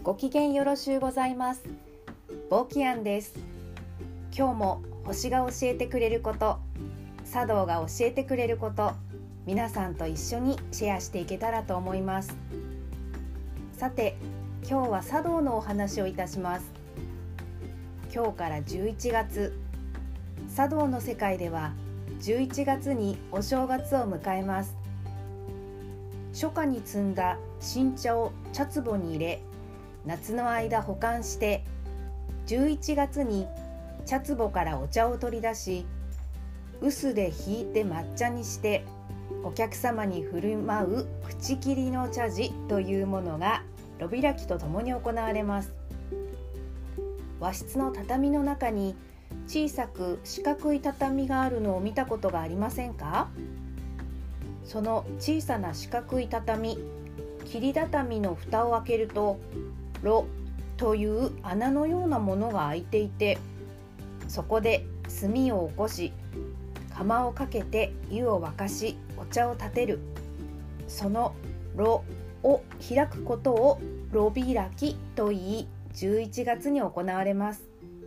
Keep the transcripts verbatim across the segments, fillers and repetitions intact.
ご機嫌よろしゅうございます。ボーキアンです。今日も星が教えてくれること、茶道が教えてくれること、皆さんと一緒にシェアしていけたらと思います。さて、今日は茶道のお話をいたします。今日からじゅういちがつ、茶道の世界ではじゅういちがつにお正月を迎えます。初夏に摘んだ新茶を茶壺に入れ、夏の間保管して、じゅういちがつに茶壺からお茶を取り出し、臼でひいて抹茶にしてお客様に振る舞う口切りの茶事というものが炉開きとともに行われます。和室の畳の中に小さく四角い畳があるのを見たことがありませんか？その小さな四角い畳、切り畳の蓋を開けると、炉という穴のようなものが開いていて、そこで炭を起こし、釜をかけて湯を沸かし、お茶を立てる。その炉を開くことを炉開きと言い、じゅういちがつに行われます。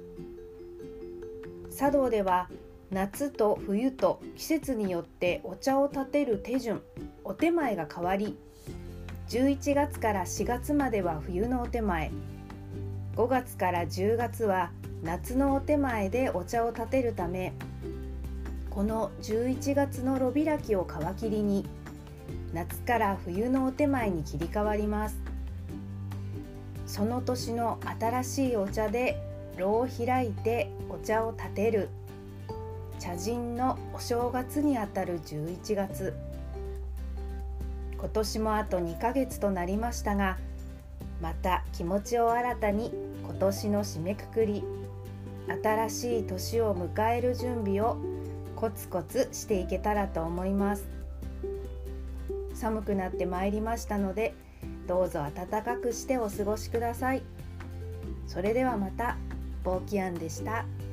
茶道では夏と冬と季節によってお茶を立てる手順、お点前が変わり、じゅういちがつからしがつまでは冬のお点前、ごがつからじゅうがつは夏のお点前でお茶を立てるため、このじゅういちがつの炉開きを皮切りに、夏から冬のお点前に切り替わります。その年の新しいお茶で炉を開いてお茶を立てる。茶人のお正月にあたるじゅういちがつ。今年もあとにかげつとなりましたが、また気持ちを新たに今年の締めくくり、新しい年を迎える準備をコツコツしていけたらと思います。寒くなってまいりましたので、どうぞ暖かくしてお過ごしください。それではまた、ボーキアンでした。